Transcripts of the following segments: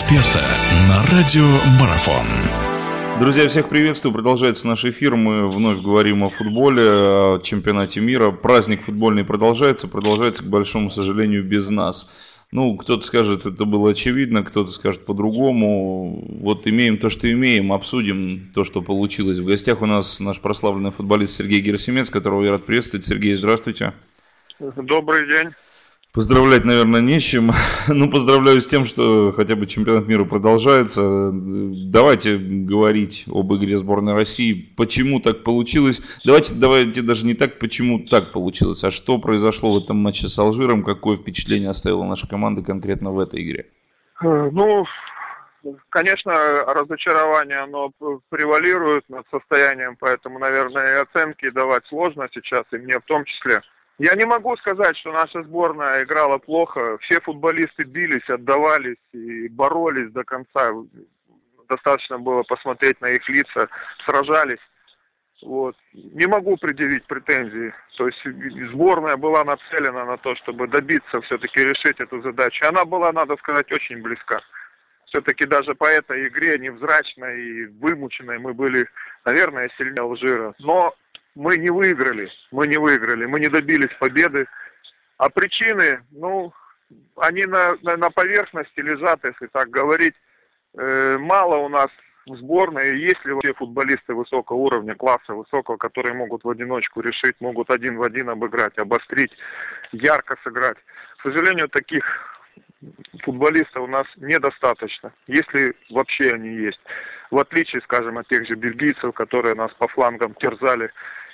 эксперта на радио Марафон. Друзья, всех приветствую. Продолжается наш эфир. Мы вновь говорим о футболе, о чемпионате мира. Праздник футбольный продолжается, к большому сожалению, без нас. Ну, кто-то скажет, это было очевидно, кто-то скажет по-другому. Вот имеем то, что имеем, обсудим то, что получилось. В гостях у нас наш прославленный футболист Сергей Герасимец, которого я рад приветствовать. Сергей, здравствуйте. Добрый день. Поздравлять, наверное, не с чем. Ну, поздравляю с тем, что хотя бы чемпионат мира продолжается. Давайте говорить об игре сборной России. Почему так получилось? Давайте даже не так, почему так получилось, а что произошло в этом матче с Алжиром, какое впечатление оставила наша команда конкретно в этой игре? Ну, конечно, разочарование, оно превалирует над состоянием, поэтому, наверное, и оценки давать сложно сейчас, и мне в том числе. Я не могу сказать, что наша сборная играла плохо. Все футболисты бились, отдавались и боролись до конца. Достаточно было посмотреть на их лица, сражались. Вот. Не могу предъявить претензии. То есть сборная была нацелена на то, чтобы добиться, все-таки решить эту задачу. Она была, надо сказать, очень близка. Все-таки даже по этой игре невзрачной и вымученной мы были, наверное, сильнее Алжира. Но мы не выиграли, мы не добились победы. А причины, они на поверхности лежат, если так говорить. Мало у нас в сборной, есть ли вообще футболисты высокого уровня, класса высокого, которые могут в одиночку решить, могут один в один обыграть, обострить, ярко сыграть. К сожалению, таких футболистов у нас недостаточно, если вообще они есть. В отличие, скажем, от тех же бельгийцев, которые нас по флангам терзали,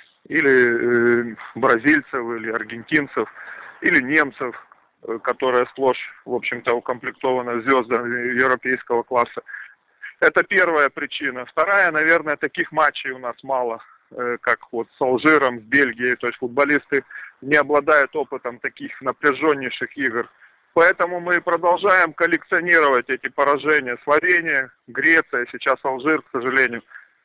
или бразильцев, или аргентинцев, или немцев, которые сплошь, в общем-то, укомплектованы звездами европейского класса. Это первая причина. Вторая, наверное, таких матчей у нас мало, как вот с Алжиром, с Бельгией. То есть футболисты не обладают опытом таких напряженнейших игр. Поэтому мы продолжаем коллекционировать эти поражения. Словения, Греция, сейчас Алжир, к сожалению.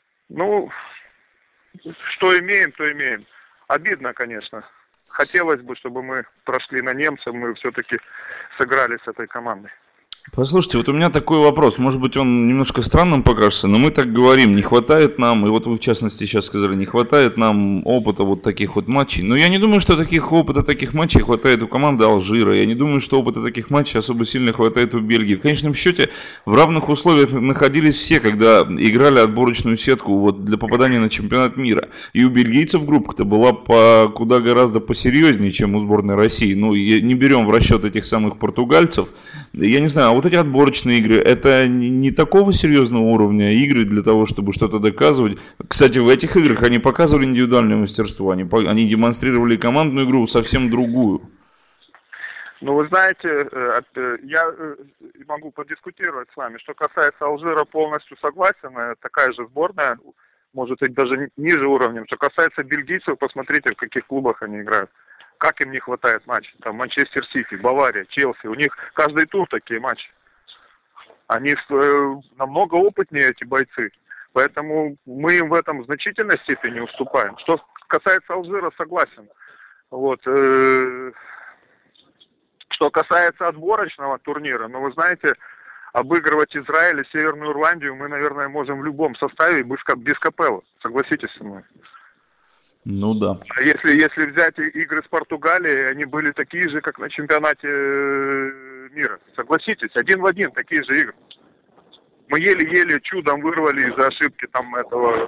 Что имеем, то имеем. Обидно, конечно. Хотелось бы, чтобы мы прошли на немцев, мы все-таки сыграли с этой командой. Послушайте, вот у меня такой вопрос, может быть он немножко странным покажется, но мы так говорим, не хватает нам, и вот вы в частности сейчас сказали, не хватает нам опыта вот таких вот матчей. Но я не думаю, что опыта таких матчей хватает у команды Алжира, я не думаю, что опыта таких матчей особо сильно хватает у Бельгии. В конечном счете в равных условиях находились все, когда играли отборочную сетку вот для попадания на чемпионат мира. И у бельгийцев группа-то была куда гораздо посерьезнее, чем у сборной России. Ну, не берем в расчет этих самых португальцев. Я не знаю, а вот эти отборочные игры, это не такого серьезного уровня игры для того, чтобы что-то доказывать. Кстати, в этих играх они показывали индивидуальное мастерство, они демонстрировали командную игру совсем другую. Вы знаете, я могу подискутировать с вами. Что касается Алжира, полностью согласен. Такая же сборная, может быть, даже ниже уровнем. Что касается бельгийцев, посмотрите, в каких клубах они играют. Как им не хватает матчей. Там Манчестер Сити, Бавария, Челси. У них каждый тур такие матчи. Они намного опытнее, эти бойцы. Поэтому мы им в этом в значительной степени уступаем. Что касается Алжира, согласен. Вот. Что касается отборочного турнира, вы знаете, обыгрывать Израиль и Северную Ирландию мы, наверное, можем в любом составе без Капеллы. Согласитесь со мной. Ну да. А если взять игры с Португалией, они были такие же, как на чемпионате мира. Согласитесь, один в один такие же игры. Мы еле-еле чудом вырвали из-за ошибки этого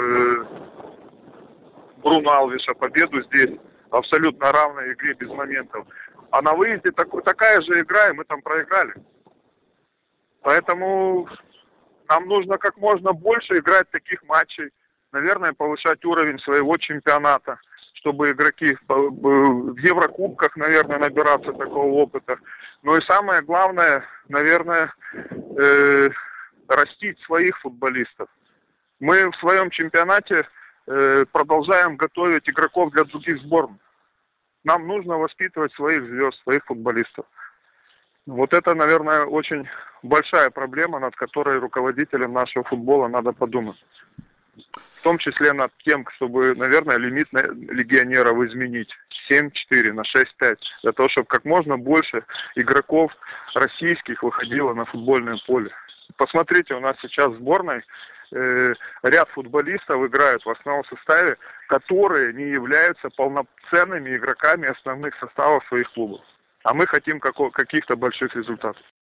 Бруно Алвеша победу здесь. Абсолютно равной игре без моментов. А на выезде такая же игра, и мы там проиграли. Поэтому нам нужно как можно больше играть таких матчей. Наверное, повышать уровень своего чемпионата, чтобы игроки в Еврокубках, наверное, набираться такого опыта. Ну и самое главное, наверное, растить своих футболистов. Мы в своем чемпионате продолжаем готовить игроков для других сборных. Нам нужно воспитывать своих звезд, своих футболистов. Вот это, наверное, очень большая проблема, над которой руководителям нашего футбола надо подумать. В том числе над тем, чтобы, наверное, лимит легионеров изменить. 7-4, на 6-5, для того, чтобы как можно больше игроков российских выходило на футбольное поле. Посмотрите, у нас сейчас в сборной ряд футболистов играют в основном составе, которые не являются полноценными игроками основных составов своих клубов. А мы хотим каких-то больших результатов.